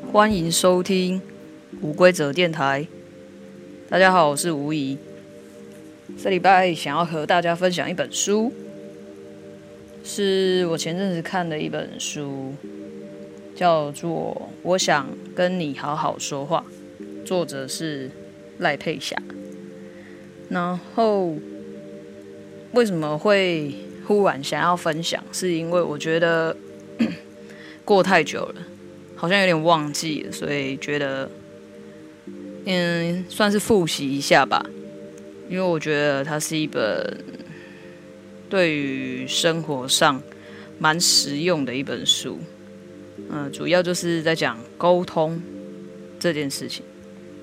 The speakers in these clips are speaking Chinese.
欢迎收听无规则电台。大家好，我是吴怡。这礼拜想要和大家分享一本书，是我前阵子看的一本书，叫做《我想跟你好好说话》，作者是赖佩霞。然后为什么会忽然想要分享，是因为我觉得过太久了，好像有点忘记了，所以觉得算是复习一下吧。因为我觉得它是一本对于生活上蛮实用的一本书。主要就是在讲沟通这件事情。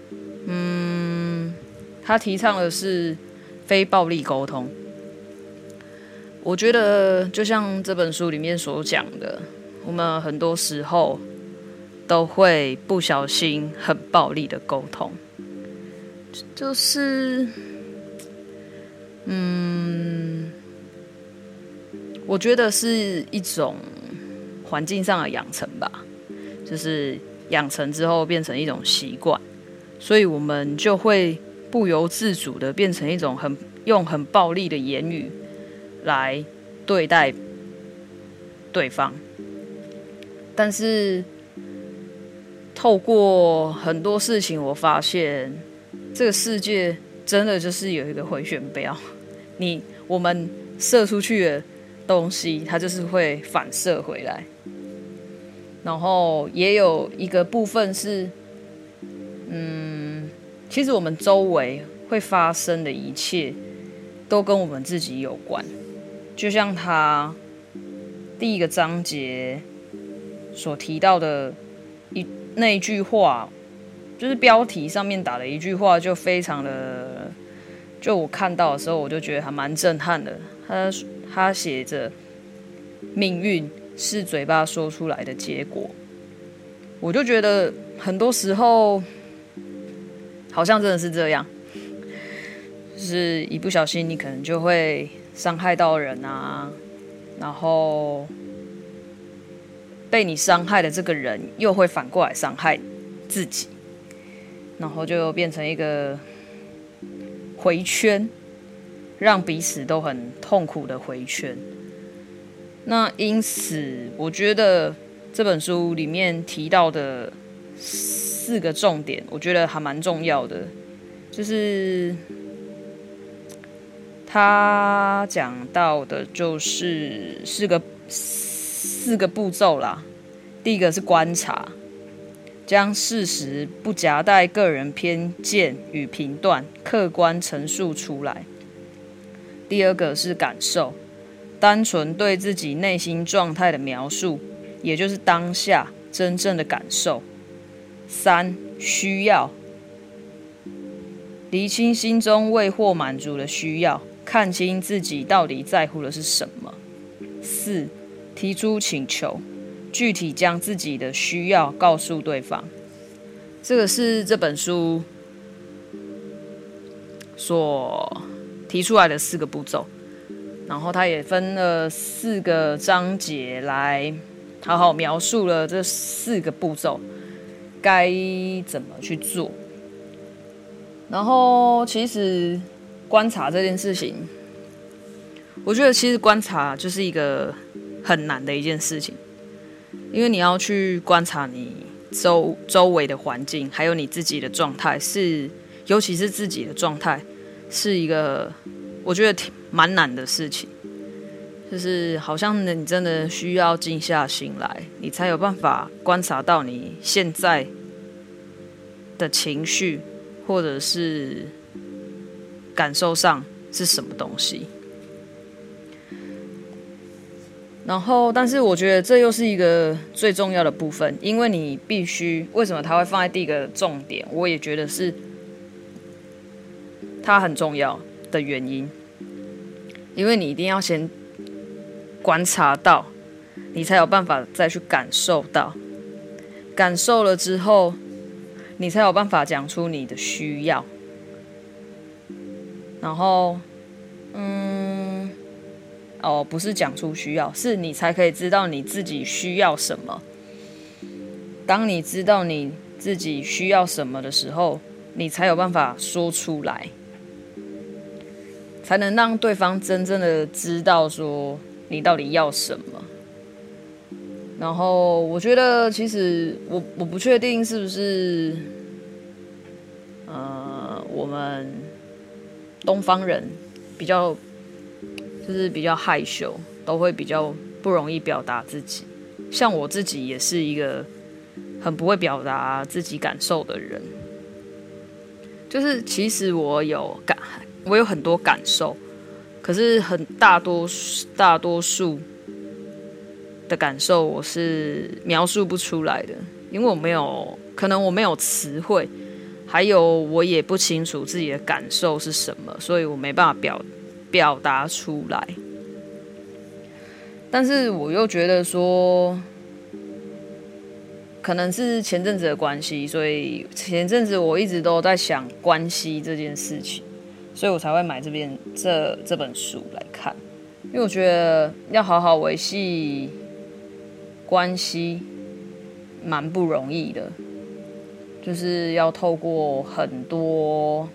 他提倡的是非暴力沟通。我觉得就像这本书里面所讲的，我们很多时候都会不小心很暴力的沟通，就是我觉得是一种环境上的养成吧，就是养成之后变成一种习惯，所以我们就会不由自主的变成一种用很暴力的言语来对待对方。但是透过很多事情，我发现这个世界真的就是有一个回旋镖，我们射出去的东西，它就是会反射回来。然后也有一个部分是，其实我们周围会发生的一切，都跟我们自己有关。就像他第一个章节所提到的那一句话，就是标题上面打的一句话，就非常的，就我看到的时候，我就觉得还蛮震撼的。他写着命运是嘴巴说出来的结果，我就觉得很多时候好像真的是这样，就是一不小心你可能就会伤害到人啊，然后被你伤害的这个人又会反过来伤害自己，然后就变成一个回圈，让彼此都很痛苦的回圈。那因此我觉得这本书里面提到的4个重点，我觉得还蛮重要的，就是他讲到的就是四个步骤啦。第一个是观察，将事实不夹带个人偏见与评断，客观陈述出来。第二个是感受，单纯对自己内心状态的描述，也就是当下真正的感受。3. 需要，厘清心中未获满足的需要，看清自己到底在乎的是什么。4. 提出请求，具体将自己的需要告诉对方。这个是这本书所提出来的4个步骤，然后他也分了4个章节来好好描述了这4个步骤该怎么去做。然后其实观察这件事情，我觉得其实观察就是一个很难的一件事情，因为你要去观察你周围的环境，还有你自己的状态，尤其是自己的状态，是一个我觉得蛮难的事情。就是好像你真的需要静下心来，你才有办法观察到你现在的情绪或者是感受上是什么东西。然后但是我觉得这又是一个最重要的部分，因为你必须，为什么它会放在第一个重点，我也觉得是它很重要的原因，因为你一定要先观察到，你才有办法再去感受到，感受了之后，你才有办法讲出你的需要。然后不是讲出需要，是你才可以知道你自己需要什么。 当你知道你自己需要什么的时候，你才有办法说出来，才能让对方真正的知道说你到底要什么。然后我觉得其实我不确定是不是我们东方人比较害羞，都会比较不容易表达自己。像我自己也是一个很不会表达自己感受的人，就是其实我有很多感受，可是大多数的感受我是描述不出来的，因为可能我没有词汇，还有我也不清楚自己的感受是什么，所以我没办法表达出来。但是我又觉得说，可能是前阵子的关系，所以前阵子我一直都在想关系这件事情，所以我才会买这本书来看，因为我觉得要好好维系关系蛮不容易的，就是要透过很多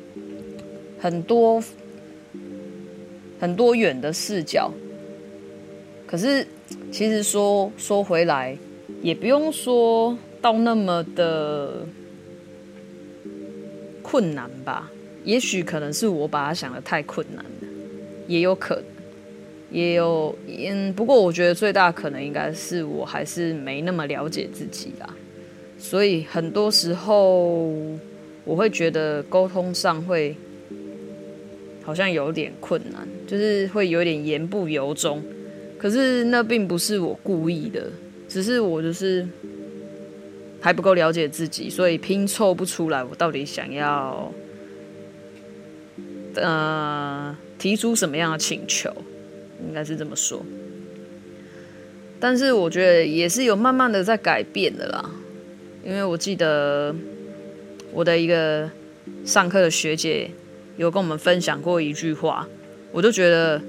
远的视角。可是其实说回来，也不用说到那么的困难吧，也许可能是我把它想得太困难了，也有可能，不过我觉得最大可能应该是我还是没那么了解自己啦，所以很多时候我会觉得沟通上会好像有点困难，就是会有点言不由衷。可是那并不是我故意的，只是我就是还不够了解自己，所以拼凑不出来我到底想要提出什么样的请求，应该是这么说。但是我觉得也是有慢慢的在改变的啦，因为我记得我的一个上课的学姐有跟我们分享过一句话，我就觉得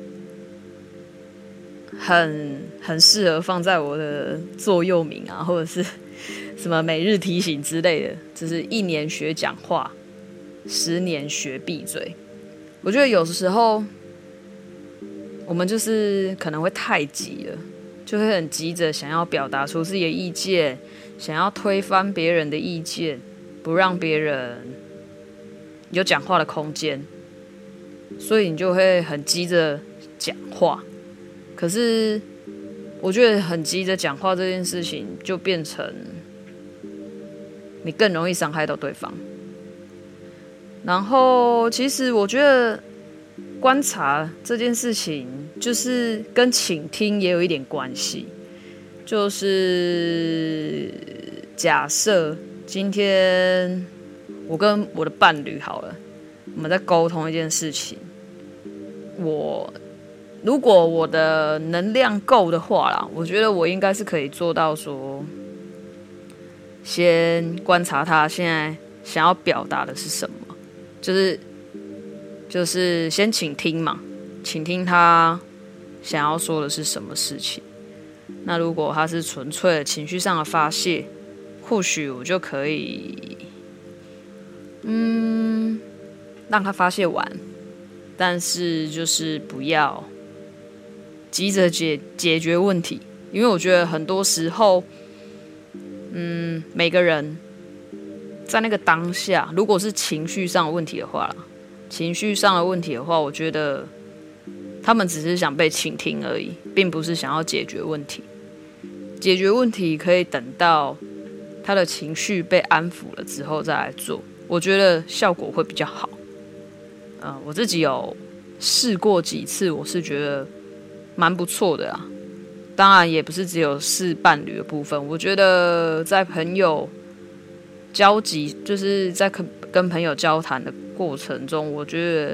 很适合放在我的座右铭啊，或者是什么每日提醒之类的，就是1年学讲话，10年学闭嘴。我觉得有时候我们就是可能会太急了，就会很急着想要表达出自己的意见，想要推翻别人的意见，不让别人有讲话的空间，所以你就会很急着讲话。可是我觉得很急着讲话这件事情，就变成你更容易伤害到对方。然后其实我觉得观察这件事情，就是跟倾听也有一点关系。就是假设今天我跟我的伴侣好了，我们在沟通一件事情，如果我的能量够的话啦，我觉得我应该是可以做到说，先观察他现在想要表达的是什么，就是先倾听嘛，倾听他想要说的是什么事情。那如果他是纯粹的情绪上的发泄，或许我就可以让他发泄完，但是就是不要急着解决问题，因为我觉得很多时候，每个人在那个当下，如果是情绪上的问题的话，我觉得他们只是想被倾听而已，并不是想要解决问题。解决问题可以等到他的情绪被安抚了之后再来做，我觉得效果会比较好。我自己有试过几次，我是觉得蛮不错的啦。当然也不是只有是伴侣的部分，我觉得在朋友交集，就是在跟朋友交谈的过程中，我觉得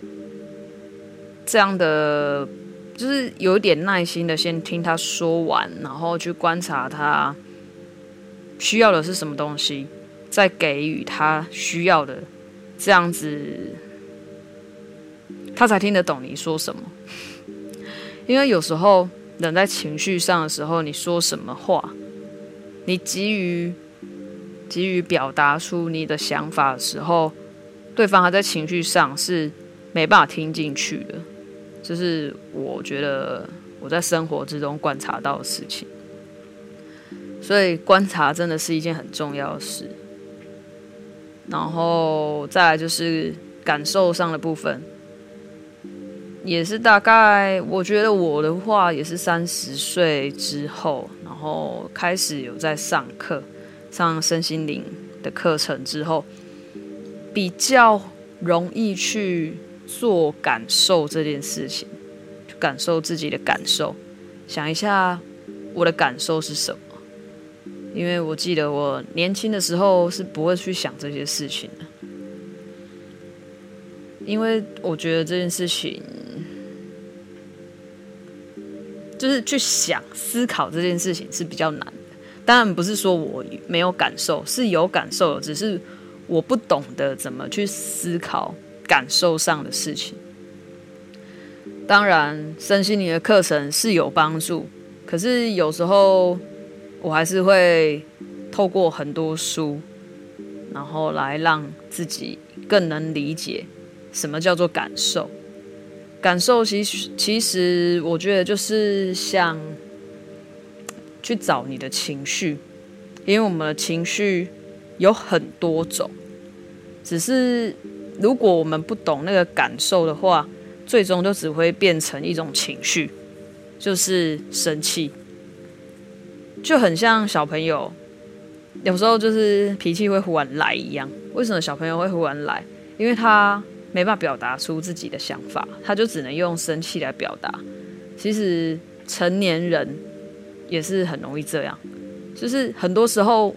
这样的就是有一点耐心的先听他说完，然后去观察他需要的是什么东西，再给予他需要的，这样子他才听得懂你说什么。因为有时候人在情绪上的时候，你说什么话， 你急于表达出你的想法的时候，对方还在情绪上是没办法听进去的。这是我觉得我在生活之中观察到的事情。所以观察真的是一件很重要的事。然后再来就是感受上的部分，也是大概我觉得我的话也是30岁之后，然后开始有在上身心灵的课程之后，比较容易去做感受这件事情，去感受自己的感受，想一下我的感受是什么。因为我记得我年轻的时候是不会去想这些事情的，因为我觉得这件事情就是去想思考这件事情是比较难的。当然不是说我没有感受，是有感受的，只是我不懂得怎么去思考感受上的事情。当然身心灵的课程是有帮助，可是有时候我还是会透过很多书，然后来让自己更能理解什么叫做感受。感受其实我觉得就是像去找你的情绪，因为我们的情绪有很多种，只是如果我们不懂那个感受的话，最终就只会变成一种情绪，就是生气。就很像小朋友有时候就是脾气会忽然来一样。为什么小朋友会忽然来？因为他没办法表达出自己的想法，他就只能用生气来表达。其实成年人也是很容易这样，就是很多时候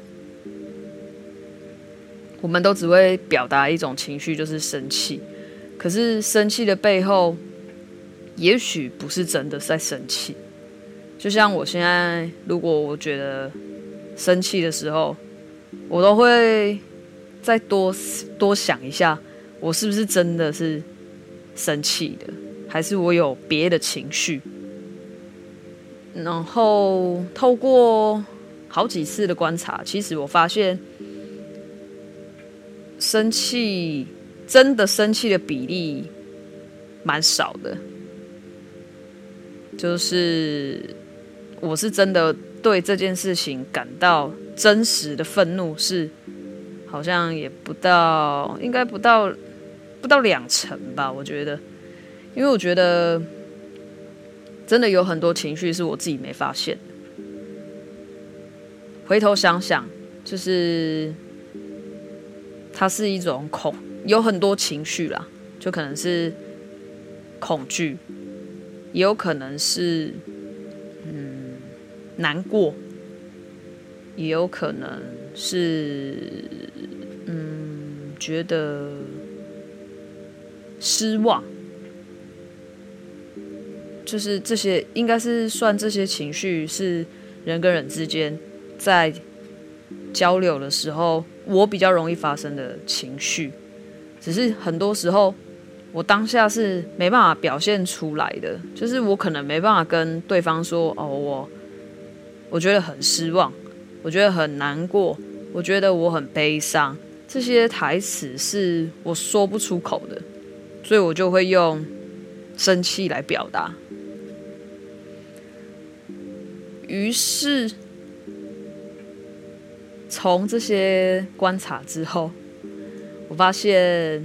我们都只会表达一种情绪，就是生气。可是生气的背后也许不是真的在生气。就像我现在如果我觉得生气的时候，我都会再多想一下，我是不是真的是生气的，还是我有别的情绪。然后透过好几次的观察，其实我发现真的生气的比例蛮少的，就是我是真的对这件事情感到真实的愤怒，是好像也应该不到20%吧，我觉得。因为我觉得真的有很多情绪是我自己没发现的。回头想想，就是它是一种有很多情绪啦，就可能是恐惧，也有可能是难过，也有可能是觉得失望。就是这些应该是算这些情绪是人跟人之间在交流的时候我比较容易发生的情绪，只是很多时候我当下是没办法表现出来的，就是我可能没办法跟对方说我觉得很失望，我觉得很难过，我觉得我很悲伤，这些台词是我说不出口的，所以我就会用生气来表达。于是从这些观察之后，我发现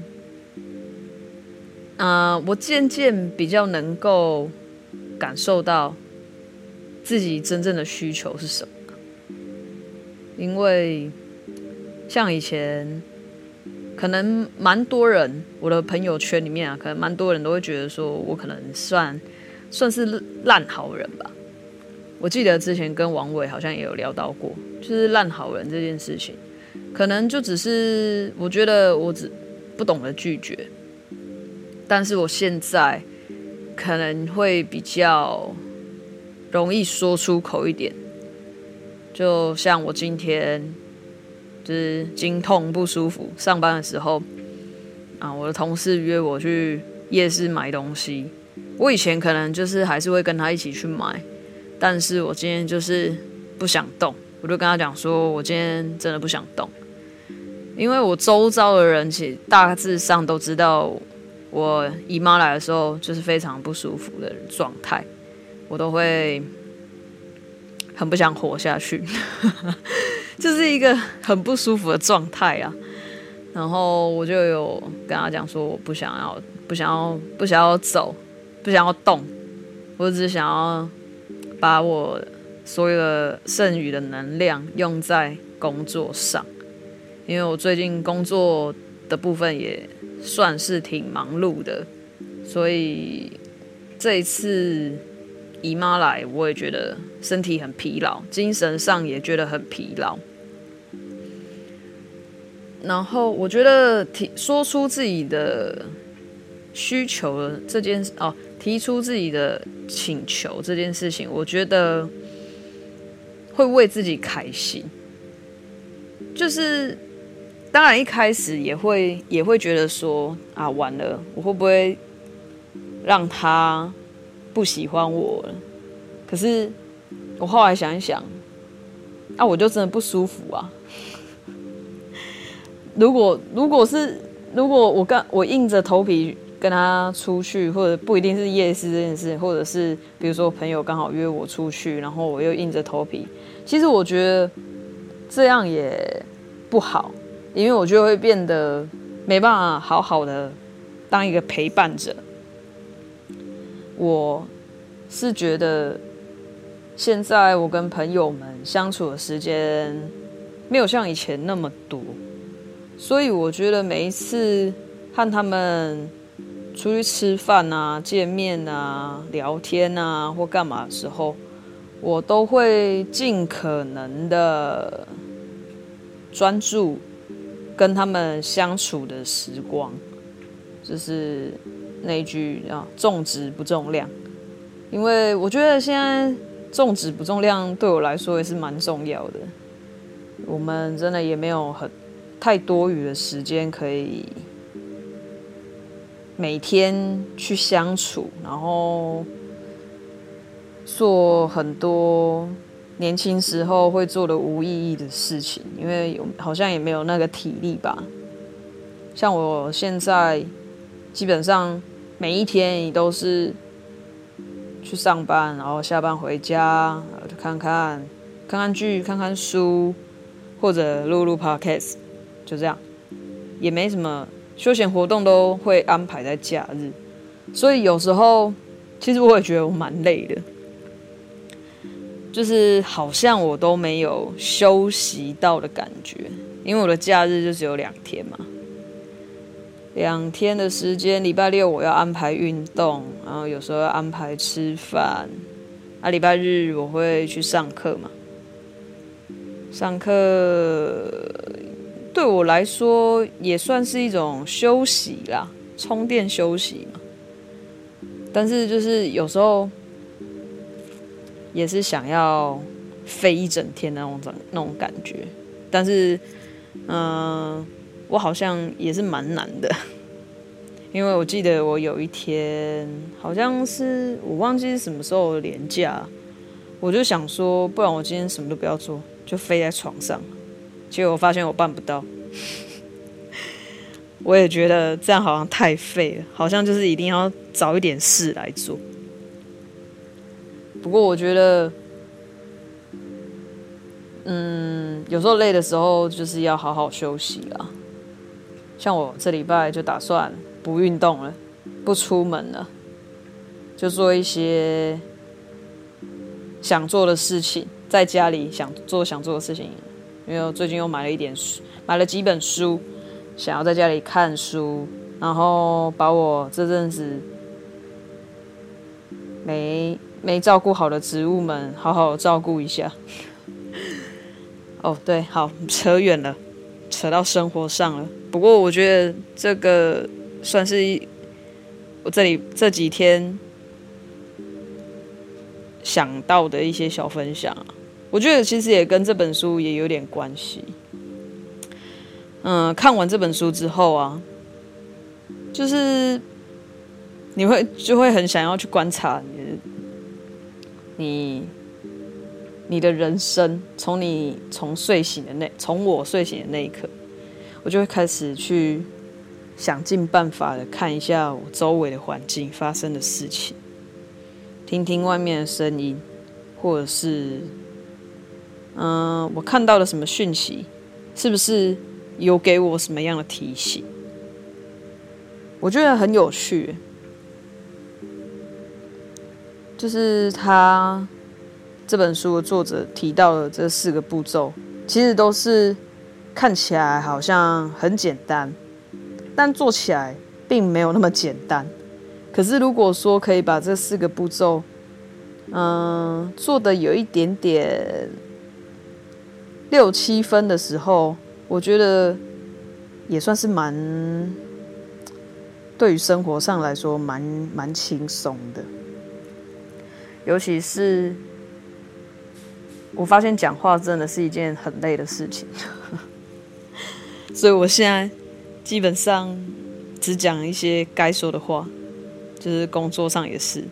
我渐渐比较能够感受到自己真正的需求是什么。因为像以前可能蛮多人，我的朋友圈里面可能蛮多人都会觉得说我可能算是烂好人吧。我记得之前跟王伟好像也有聊到过，就是烂好人这件事情，可能就只是我觉得我只不懂得拒绝，但是我现在可能会比较容易说出口一点。就像我今天就是经痛不舒服，上班的时候我的同事约我去夜市买东西，我以前可能就是还是会跟他一起去买，但是我今天就是不想动， 我就跟他讲说，我今天真的不想动，因为我周遭的人其实大致上都知道，我姨妈来的时候就是非常不舒服的状态，我都会很不想活下去，就是一个很不舒服的状态啊。然后我就有跟他讲说，我不想要走，不想要动，我只想要把我所有的剩余的能量用在工作上，因为我最近工作的部分也算是挺忙碌的，所以这一次姨妈来，我也觉得身体很疲劳，精神上也觉得很疲劳。然后我觉得说出自己的需求这件事提出自己的请求这件事情，我觉得会为自己开心。就是当然一开始也会觉得说啊，完了，我会不会让他不喜欢我了？可是我后来想一想，我就真的不舒服啊。如果我硬着头皮跟他出去，或者不一定是夜市这件事，或者是比如说朋友刚好约我出去，然后我又硬着头皮，其实我觉得这样也不好，因为我就会变得没办法好好的当一个陪伴者。我是觉得现在我跟朋友们相处的时间没有像以前那么多，所以我觉得每一次和他们出去吃饭啊、见面啊、聊天啊或干嘛的时候，我都会尽可能的专注跟他们相处的时光，就是那一句重质不重量。因为我觉得现在重质不重量对我来说也是蛮重要的，我们真的也没有太多余的时间可以每天去相处，然后做很多年轻时候会做的无意义的事情，因为好像也没有那个体力吧。像我现在基本上每一天也都是去上班，然后下班回家，然后就看看剧、看看书，或者录 podcast， 就这样，也没什么休闲活动都会安排在假日，所以有时候其实我也觉得我蛮累的，就是好像我都没有休息到的感觉，因为我的假日就只有2天嘛，2天的时间，礼拜六我要安排运动，然后有时候要安排吃饭，礼拜日我会去上课嘛，上课对我来说也算是一种休息啦，充电休息嘛。但是就是有时候也是想要飞一整天的那种感觉，但是我好像也是蛮难的，因为我记得我有一天好像是我忘记是什么时候的连假，我就想说，不然我今天什么都不要做，就飞在床上。结果我发现我办不到，我也觉得这样好像太废了，好像就是一定要找一点事来做。不过我觉得，有时候累的时候就是要好好休息啦。像我这礼拜就打算不运动了，不出门了，就做一些想做的事情，在家里想做的事情。因为我最近又买了几本书，想要在家里看书，然后把我这阵子没照顾好的植物们好好照顾一下。对，好，扯远了，扯到生活上了。不过我觉得这个算是我这几天想到的一些小分享啊。我觉得其实也跟这本书也有点关系。看完这本书之后啊，就是就会很想要去观察你你的人生，从我睡醒的那一刻，我就会开始去想尽办法的看一下我周围的环境发生的事情，听听外面的声音，或者是我看到了什么讯息，是不是有给我什么样的提醒？我觉得很有趣，就是他这本书的作者提到的这4个步骤，其实都是看起来好像很简单，但做起来并没有那么简单。可是如果说可以把这4个步骤，做的有一点点6、7分的时候，我觉得也算是对于生活上来说蛮轻松的。尤其是我发现讲话真的是一件很累的事情，所以我现在基本上只讲一些该说的话，就是工作上也是。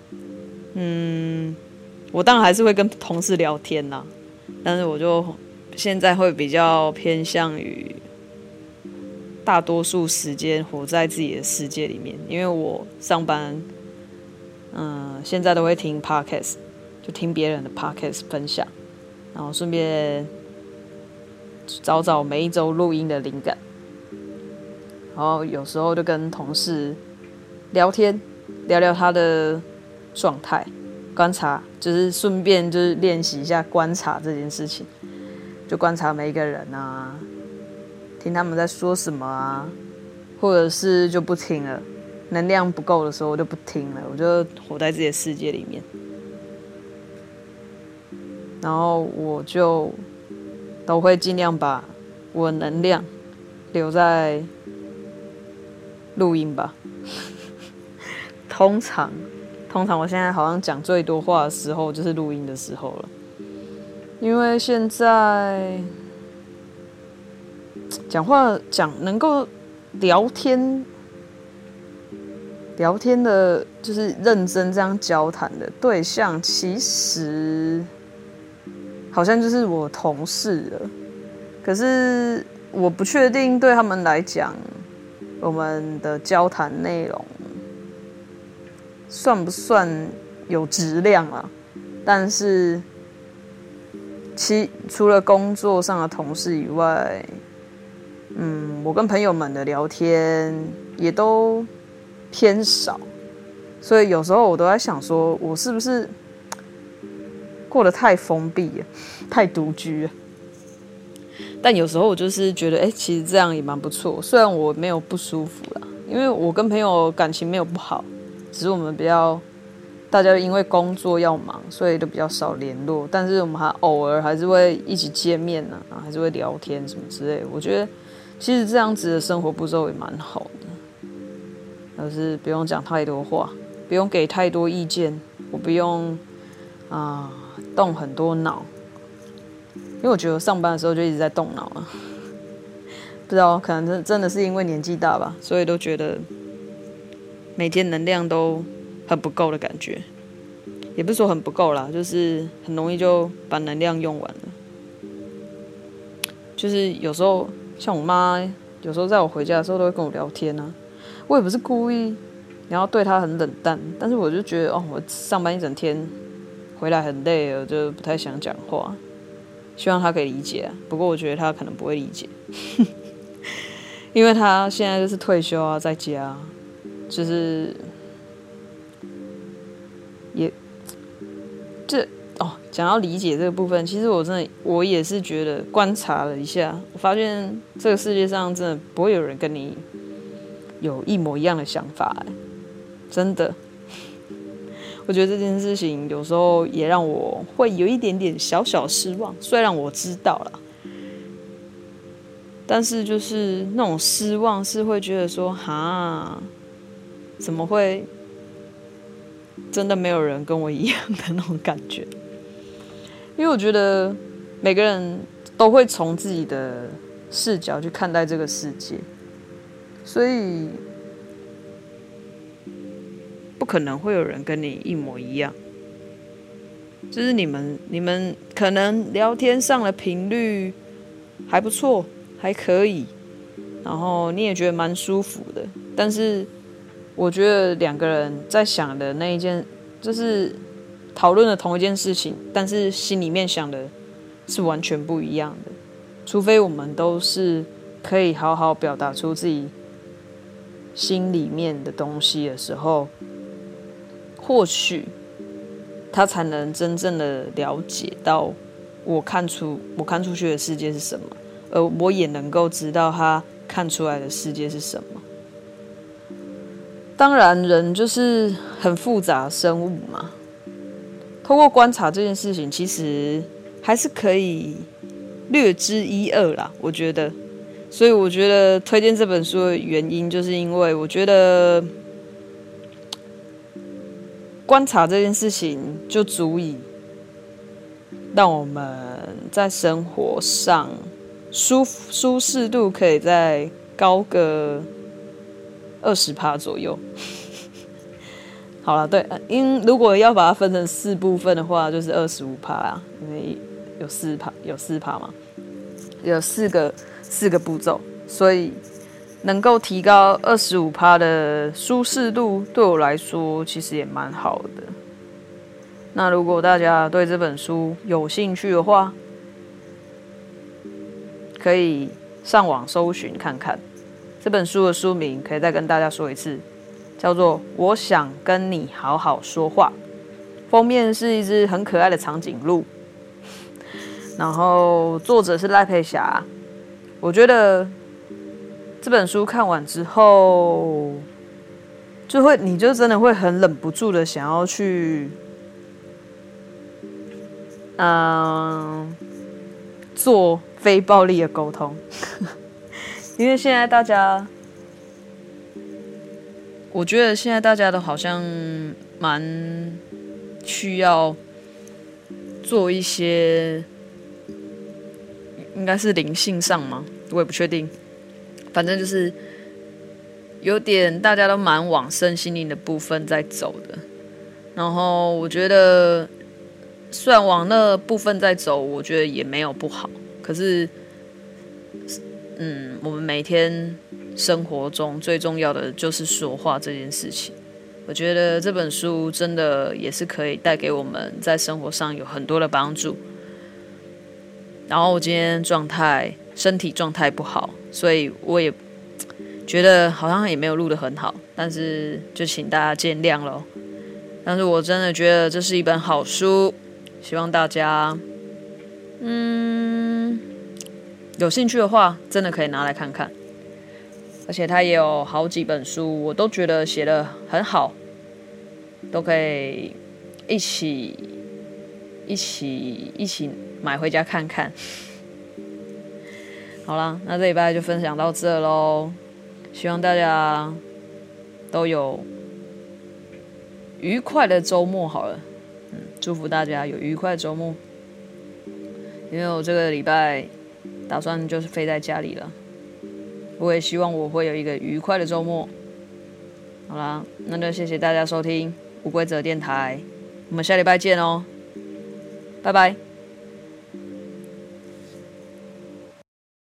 我当然还是会跟同事聊天啦，但是我就现在会比较偏向于大多数时间活在自己的世界里面，因为我上班，现在都会听 podcast， 就听别人的 podcast 分享，然后顺便找每一周录音的灵感，然后有时候就跟同事聊天，聊聊他的状态，观察，就是顺便就是练习一下观察这件事情，就观察每一个人啊，听他们在说什么啊，或者是就不听了，能量不够的时候我就不听了，我就活在自己的世界里面，然后我就都会尽量把我的能量留在录音吧。通常我现在好像讲最多话的时候就是录音的时候了，因为现在讲话能够聊天的，就是认真这样交谈的对象，其实好像就是我同事了。可是我不确定对他们来讲，我们的交谈内容算不算有质量啊？但是除了工作上的同事以外，我跟朋友们的聊天也都偏少，所以有时候我都在想说，我是不是过得太封闭了，太独居了？但有时候我就是觉得，其实这样也蛮不错。虽然我没有不舒服啦，因为我跟朋友感情没有不好，只是我们大家因为工作要忙，所以都比较少联络。但是我们偶尔还是会一起见面啊，还是会聊天什么之类的。我觉得其实这样子的生活步骤也蛮好的，就是不用讲太多话，不用给太多意见，我不用动很多脑。因为我觉得我上班的时候就一直在动脑啊，不知道可能真的是因为年纪大吧，所以都觉得每天能量都很不够的感觉，也不是说很不够啦，就是很容易就把能量用完了。就是有时候像我妈，有时候在我回家的时候都会跟我聊天啊，我也不是故意，然后对她很冷淡，但是我就觉得我上班一整天回来很累了，就不太想讲话。希望他可以理解啊，不过我觉得他可能不会理解，因为他现在就是退休啊，在家，就是也讲到理解这个部分，其实我也是觉得观察了一下，我发现这个世界上真的不会有人跟你有一模一样的想法，真的。我觉得这件事情有时候也让我会有一点点小小失望，虽然我知道啦，但是就是那种失望是会觉得说，怎么会真的没有人跟我一样的那种感觉？因为我觉得每个人都会从自己的视角去看待这个世界，所以不可能会有人跟你一模一样。 就是你们可能聊天上的频率还不错，还可以，然后你也觉得蛮舒服的，但是我觉得两个人在想的那一件，就是讨论的同一件事情，但是心里面想的是完全不一样的。除非我们都是可以好好表达出自己心里面的东西的时候，或许他才能真正的了解到我看出去的世界是什么，而我也能够知道他看出来的世界是什么。当然，人就是很复杂的生物嘛，透过观察这件事情，其实还是可以略知一二啦，我觉得。所以我觉得推荐这本书的原因，就是因为我觉得观察这件事情就足以让我们在生活上舒适度可以再高个20%左右。好了，对，如果要把它分成4部分的话，就是25%啊，因为有4%嘛，有4个步骤，所以能够提高25%的舒适度，对我来说其实也蛮好的。那如果大家对这本书有兴趣的话，可以上网搜寻看看。这本书的书名可以再跟大家说一次，叫做《我想跟你好好说话》。封面是一只很可爱的长颈鹿，然后作者是赖佩霞。我觉得这本书看完之后，你就真的会很忍不住的想要去，做非暴力的沟通。因为现在大家，我觉得现在大家都好像蛮需要做一些，应该是灵性上吗？我也不确定。反正就是有点大家都蛮往身心灵的部分在走的。然后我觉得，虽然往那部分在走，我觉得也没有不好。可是，我们每天生活中最重要的就是说话这件事情。我觉得这本书真的也是可以带给我们在生活上有很多的帮助。然后我今天身体状态不好，所以我也觉得好像也没有录得很好，但是就请大家见谅咯。但是我真的觉得这是一本好书，希望大家有兴趣的话，真的可以拿来看看。而且它也有好几本书，我都觉得写得很好，都可以一起买回家看看。好啦，那这礼拜就分享到这咯，希望大家都有愉快的周末好了。祝福大家有愉快的周末。因为我这个礼拜打算就是飞在家里了，我也希望我会有一个愉快的周末。好啦，那就谢谢大家收听无规则电台，我们下礼拜见哦，拜拜。